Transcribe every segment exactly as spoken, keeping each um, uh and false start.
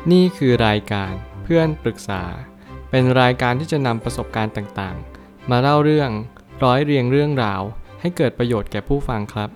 นี่คือรายการเพื่อนปรึกษาเป็นรายการที่จะนำประสบการณ์ต่างๆมาเล่าเรื่องร้อยเรียงเรื่องราวให้เกิดประโยชน์แก่ผู้ฟังครับ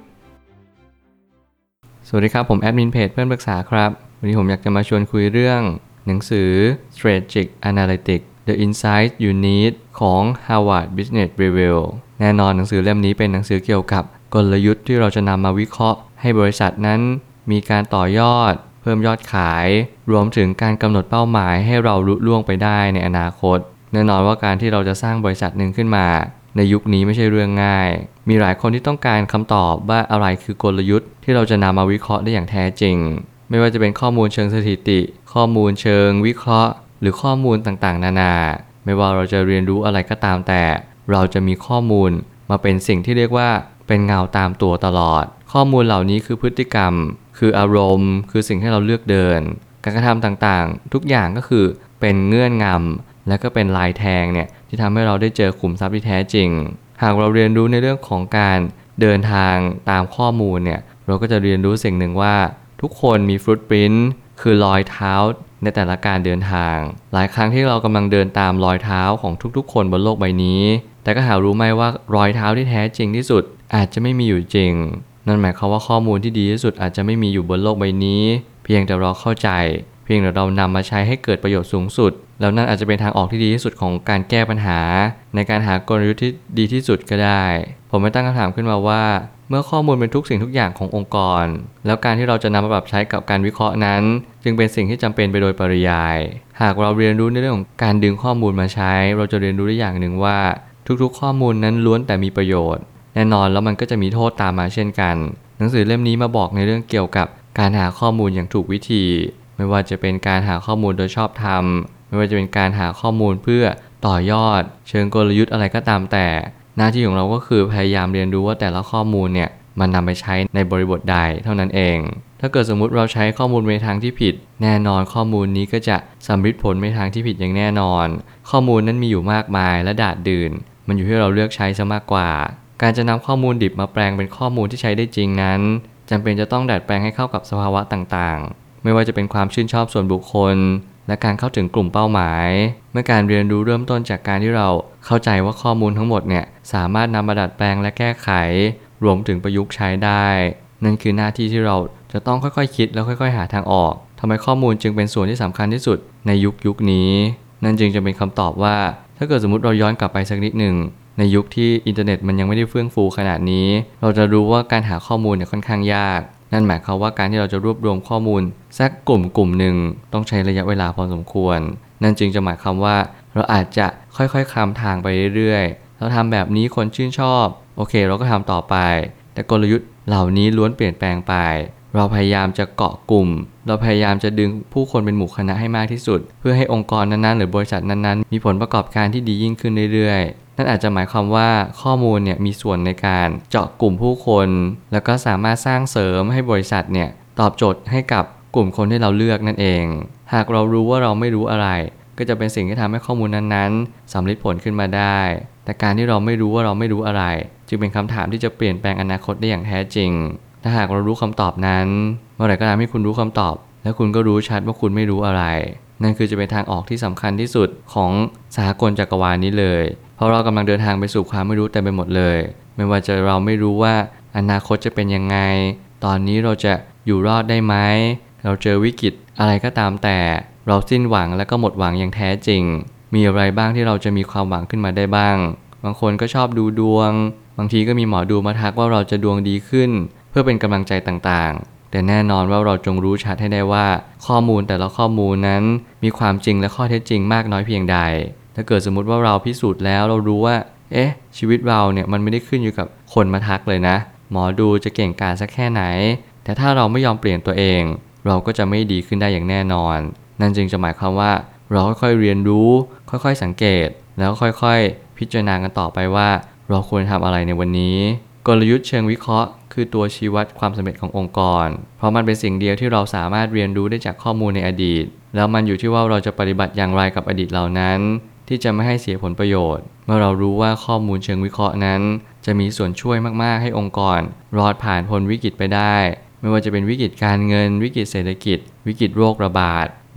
สวัสดีครับผมแอดมินเพจเพื่อนปรึกษาครับวันนี้ผมอยากจะมาชวนคุยเรื่องหนังสือ Strategic Analytics The Insights You Need ของ Harvard Business Review แน่นอนหนังสือเล่มนี้เป็นหนังสือเกี่ยวกับกลยุทธ์ที่เราจะนำมาวิเคราะห์ให้บริษัทนั้นมีการต่อยอดเพิ่มยอดขายรวมถึงการกำหนดเป้าหมายให้เราลุล่วงไปได้ในอนาคตแน่นอนว่าการที่เราจะสร้างบริษัทหนึ่งขึ้นมาในยุคนี้ไม่ใช่เรื่องง่ายมีหลายคนที่ต้องการคำตอบว่าอะไรคือกลยุทธ์ที่เราจะนำมาวิเคราะห์ได้อย่างแท้จริงไม่ว่าจะเป็นข้อมูลเชิงสถิติข้อมูลเชิงวิเคราะห์หรือข้อมูลต่างๆนานาไม่ว่าเราจะเรียนรู้อะไรก็ตามแต่เราจะมีข้อมูลมาเป็นสิ่งที่เรียกว่าเป็นเงาตามตัวตลอดข้อมูลเหล่านี้คือพฤติกรรมคืออารมณ์คือสิ่งที่เราเลือกเดินการกระทำต่างๆทุกอย่างก็คือเป็นเงื่อนงำและก็เป็นลายแทงเนี่ยที่ทำให้เราได้เจอขุมทรัพย์ที่แท้จริงหากเราเรียนรู้ในเรื่องของการเดินทางตามข้อมูลเนี่ยเราก็จะเรียนรู้สิ่งหนึ่งว่าทุกคนมีฟุตพริ้นท์คือรอยเท้าในแต่ละการเดินทางหลายครั้งที่เรากำลังเดินตามรอยเท้าของทุกๆคนบนโลกใบนี้แต่ก็หารู้ไหมว่ารอยเท้าที่แท้จริงที่สุดอาจจะไม่มีอยู่จริงนั่นหมายความว่าข้อมูลที่ดีที่สุดอาจจะไม่มีอยู่บนโลกใบนี้เพียงแต่เราเข้าใจเพียงแต่เรานำมาใช้ให้เกิดประโยชน์สูงสุดแล้วนั่นอาจจะเป็นทางออกที่ดีที่สุดของการแก้ปัญหาในการหากลยุทธ์ที่ดีที่สุดก็ได้ผมไม่ตั้งคำถามขึ้นมาว่าเมื่อข้อมูลเป็นทุกสิ่งทุกอย่างขององค์กรแล้วการที่เราจะนำมาปรับใช้กับการวิเคราะห์นั้นจึงเป็นสิ่งที่จำเป็นไปโดยปริยายหากเราเรียนรู้ในเรื่องของการดึงข้อมูลมาใช้เราจะเรียนรู้ได้อย่างหนึ่งว่าทุกๆข้อมูลนั้นล้วนแต่มีประโยชน์แน่นอนแล้วมันก็จะมีโทษตามมาเช่นกันหนังสือเล่มนี้มาบอกในเรื่องเกี่ยวกับการหาข้อมูลอย่างถูกวิธีไม่ว่าจะเป็นการหาข้อมูลโดยชอบธรรมไม่ว่าจะเป็นการหาข้อมูลเพื่อต่อยอดเชิงกลยุทธ์อะไรก็ตามแต่หน้าที่ของเราก็คือพยายามเรียนรู้ว่าแต่ละข้อมูลเนี่ยมันนำไปใช้ในบริบทใดเท่านั้นเองถ้าเกิดสมมุติเราใช้ข้อมูลในทางที่ผิดแน่นอนข้อมูลนี้ก็จะสำลิดผลในทางที่ผิดอย่างแน่นอนข้อมูลนั้นมีอยู่มากมายและดาษดื่นมันอยู่ที่เราเลือกใช้ซะมากกว่าการจะนำข้อมูลดิบมาแปลงเป็นข้อมูลที่ใช้ได้จริงนั้นจำเป็นจะต้องดัดแปลงให้เข้ากับสภาวะต่างๆไม่ว่าจะเป็นความชื่นชอบส่วนบุคคลและการเข้าถึงกลุ่มเป้าหมายเมื่อการเรียนรู้เริ่มต้นจากการที่เราเข้าใจว่าข้อมูลทั้งหมดเนี่ยสามารถนำมาดัดแปลงและแก้ไขรวมถึงประยุกต์ใช้ได้นั่นคือหน้าที่ที่เราจะต้องค่อยๆคิดแล้วค่อยๆหาทางออกทำไมข้อมูลจึงเป็นส่วนที่สำคัญที่สุดในยุคยุคนี้นั่นจึงจะเป็นคำตอบว่าถ้าเกิดสมมติเราย้อนกลับไปสักนิดหนึ่งในยุคที่อินเทอร์เน็ตมันยังไม่ได้เฟื่องฟูขนาดนี้เราจะรู้ว่าการหาข้อมูลเนี่ยค่อนข้างยากนั่นหมายความว่าการที่เราจะรวบรวมข้อมูลสักกลุ่มกลุ่มหนึ่งต้องใช้ระยะเวลาพอสมควรนั่นจึงจะหมายความว่าเราอาจจะค่อยๆคลำทางไปเรื่อยๆเราทำแบบนี้คนชื่นชอบโอเคเราก็ทำต่อไปแต่กลยุทธ์เหล่านี้ล้วนเปลี่ยนแปลงไปเราพยายามจะเกาะกลุ่มเราพยายามจะดึงผู้คนเป็นหมู่คณะให้มากที่สุดเพื่อให้องค์กรนั้นๆหรือบริษัทนั้นๆมีผลประกอบการที่ดียิ่งขึ้นเรื่อยๆนั่นอาจจะหมายความว่าข้อมูลเนี่ยมีส่วนในการเจาะกลุ่มผู้คนแล้วก็สามารถสร้างเสริมให้บริษัทเนี่ยตอบโจทย์ให้กับกลุ่มคนที่เราเลือกนั่นเองหากเรารู้ว่าเราไม่รู้อะไรก็จะเป็นสิ่งที่ทำให้ข้อมูลนั้นๆสำลิดผลขึ้นมาได้แต่การที่เราไม่รู้ว่าเราไม่รู้อะไรจึงเป็นคำถามที่จะเปลี่ยนแปลงอนาคตได้อย่างแท้จริงถ้าหากเรารู้คำตอบนั้นเมื่อไหร่ก็ตามที่คุณรู้คำตอบและคุณก็รู้ชัดว่าคุณไม่รู้อะไรนั่นคือจะเป็นทางออกที่สำคัญที่สุดของสากลจักรวาลนี้เลยเพราะเรากำลังเดินทางไปสู่ความไม่รู้เต็มไปหมดเลยไม่ว่าจะเราไม่รู้ว่าอนาคตจะเป็นยังไงตอนนี้เราจะอยู่รอดได้ไหมเราเจอวิกฤตอะไรก็ตามแต่เราสิ้นหวังและก็หมดหวังอย่างแท้จริงมีอะไรบ้างที่เราจะมีความหวังขึ้นมาได้บ้างบางคนก็ชอบดูดวงบางทีก็มีหมอดูมาทักว่าเราจะดวงดีขึ้นเพื่อเป็นกำลังใจต่างๆแต่แน่นอนว่าเราจงรู้ชัดให้ได้ว่าข้อมูลแต่ละข้อมูลนั้นมีความจริงและข้อเท็จจริงมากน้อยเพียงใดถ้าเกิดสมมุติว่าเราพิสูจน์แล้วเรารู้ว่าเอ๊ะชีวิตเราเนี่ยมันไม่ได้ขึ้นอยู่กับคนมาทักเลยนะหมอดูจะเก่งกาจสักแค่ไหนแต่ถ้าเราไม่ยอมเปลี่ยนตัวเองเราก็จะไม่ดีขึ้นได้อย่างแน่นอนนั่นจึงจะหมายความว่าเราค่อยๆเรียนรู้ค่อยๆสังเกตแล้วค่อยๆพิจารณากันต่อไปว่าเราควรทำอะไรในวันนี้กลยุทธ์เชิงวิเคราะห์คือตัวชี้วัดความสำเร็จขององค์กรเพราะมันเป็นสิ่งเดียวที่เราสามารถเรียนรู้ได้จากข้อมูลในอดีตแล้วมันอยู่ที่ว่าเราจะปฏิบัติอย่างไรกับอดีตเหล่านั้นที่จะไม่ให้เสียผลประโยชน์เมื่อเรารู้ว่าข้อมูลเชิงวิเคราะห์นั้นจะมีส่วนช่วยมากๆให้องค์กรรอดผ่านพ้นวิกฤตไปได้ไม่ว่าจะเป็นวิกฤตการเงินวิกฤตเศรษฐกิจวิกฤตโรคระบาดห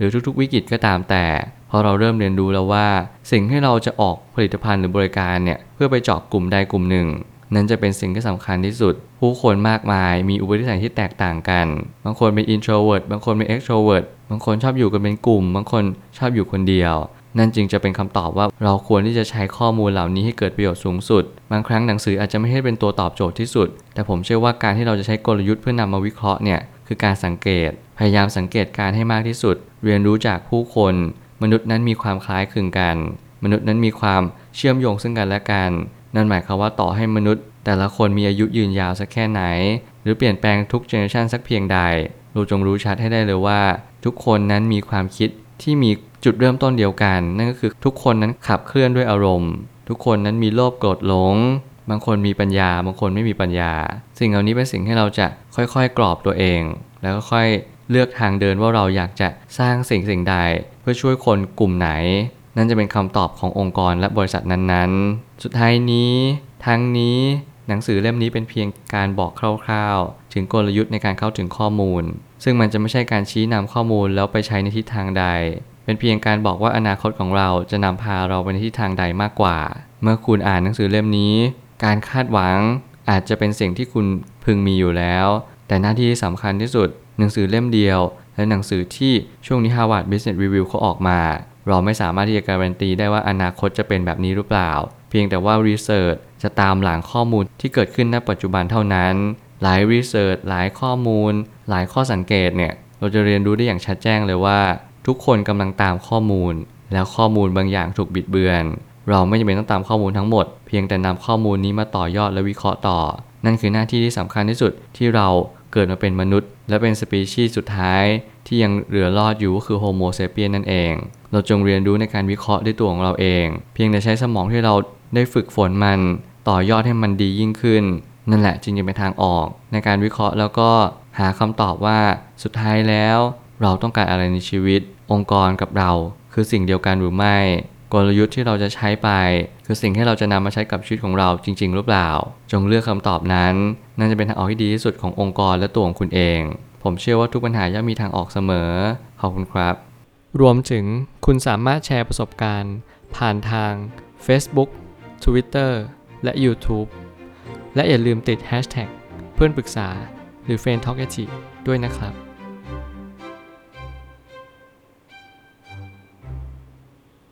รือทุกๆวิกฤตก็ตามแต่เพราะเราเริ่มเรียนรู้แล้วว่าสิ่งที่เราจะออกผลิตภัณฑ์หรือบริการเนี่ยเพื่อไปเจาะกลุ่มใดกลุ่มหนึ่งนั่นจะเป็นสิ่งที่สำคัญที่สุดผู้คนมากมายมีอุปนิสัยที่แตกต่างกันบางคนเป็น introvert บางคนเป็น extrovert บางคนชอบอยู่กันเป็นกลุ่มบางคนชอบอยู่คนเดียวนั่นจึงจะเป็นคำตอบว่าเราควรที่จะใช้ข้อมูลเหล่านี้ให้เกิดประโยชน์สูงสุดบางครั้งหนังสืออาจจะไม่ใช่เป็นตัวตอบโจทย์ที่สุดแต่ผมเชื่อว่าการที่เราจะใช้กลยุทธ์เพื่อนำมาวิเคราะห์เนี่ยคือการสังเกตพยายามสังเกตการให้มากที่สุดเรียนรู้จากผู้คนมนุษย์นั้นมีความคล้ายคลึงกันมนุษย์นั้นมีความเชื่อมโยงซึ่งกันและกันนั่นหมายความว่าต่อให้มนุษย์แต่ละคนมีอายุยืนยาวสักแค่ไหนหรือเปลี่ยนแปลงทุกเจเนอเรชันสักเพียงใดเราจงรู้ชัดให้ได้เลยว่าทุกคนนั้นมีความคิดที่มีจุดเริ่มต้นเดียวกันนั่นก็คือทุกคนนั้นขับเคลื่อนด้วยอารมณ์ทุกคนนั้นมีโลภโกรธหลงบางคนมีปัญญาบางคนไม่มีปัญญาสิ่งเหล่านี้เป็นสิ่งที่เราจะค่อยๆกรอบตัวเองแล้วก็ค่อยเลือกทางเดินว่าเราอยากจะสร้างสิ่งสิ่งใดเพื่อช่วยคนกลุ่มไหนนั่นจะเป็นคำตอบขององค์กรและบริษัทนั้นๆสุดท้ายนี้ทั้งนี้หนังสือเล่มนี้เป็นเพียงการบอกคร่าวๆถึงกลยุทธ์ในการเข้าถึงข้อมูลซึ่งมันจะไม่ใช่การชี้นำข้อมูลแล้วไปใช้ในทิศทางใดเป็นเพียงการบอกว่าอนาคตของเราจะนำพาเราไปในทิศทางใดมากกว่าเมื่อคุณอ่านหนังสือเล่มนี้การคาดหวังอาจจะเป็นสิ่งที่คุณพึงมีอยู่แล้วแต่หน้าที่ที่สำคัญที่สุดหนังสือเล่มเดียวและหนังสือที่ช่วงนี้ Harvard Business Review เขาออกมาเราไม่สามารถที่จะการันตีได้ว่าอนาคตจะเป็นแบบนี้หรือเปล่าเพียงแต่ว่า Research จะตามหลังข้อมูลที่เกิดขึ้นณปัจจุบันเท่านั้นหลาย Research หลายข้อมูลหลายข้อสังเกตเนี่ยเราจะเรียนรู้ได้อย่างชัดแจ้งเลยว่าทุกคนกำลังตามข้อมูลแล้วข้อมูลบางอย่างถูกบิดเบือนเราไม่จำเป็นต้องตามข้อมูลทั้งหมดเพียงแต่นำข้อมูลนี้มาต่อยอดและวิเคราะห์ต่อนั่นคือหน้าที่ที่สำคัญที่สุดที่เราเกิดมาเป็นมนุษย์และเป็นสปีชีส์สุดท้ายที่ยังเหลือรอดอยู่ก็คือโฮโมเซเปียนนั่นเองเราจงเรียนรู้ในการวิเคราะห์ด้วยตัวของเราเองเพียงแต่ใช้สมองที่เราได้ฝึกฝนมันต่อยอดให้มันดียิ่งขึ้นนั่นแหละจึงจะเป็นทางออกในการวิเคราะห์แล้วก็หาคำตอบว่าสุดท้ายแล้วเราต้องการอะไรในชีวิตองค์กรกับเราคือสิ่งเดียวกันหรือไม่กลยุทธ์ที่เราจะใช้ไปคือสิ่งที่เราจะนำมาใช้กับชีวิตของเราจริงๆหรือเปล่าจงเลือกคำตอบนั้นนั่นจะเป็นทางออกที่ดีที่สุดขององค์กรและตัวของคุณเองผมเชื่อว่าทุกปัญหาย่อมมีทางออกเสมอขอบคุณครับรวมถึงคุณสามารถแชร์ประสบการณ์ผ่านทาง Facebook Twitter และ YouTube และอย่าลืมติด แฮชแท็ก เพื่อนปรึกษาหรือ เฟรนด์ ทอล์ก ด้วยนะครับ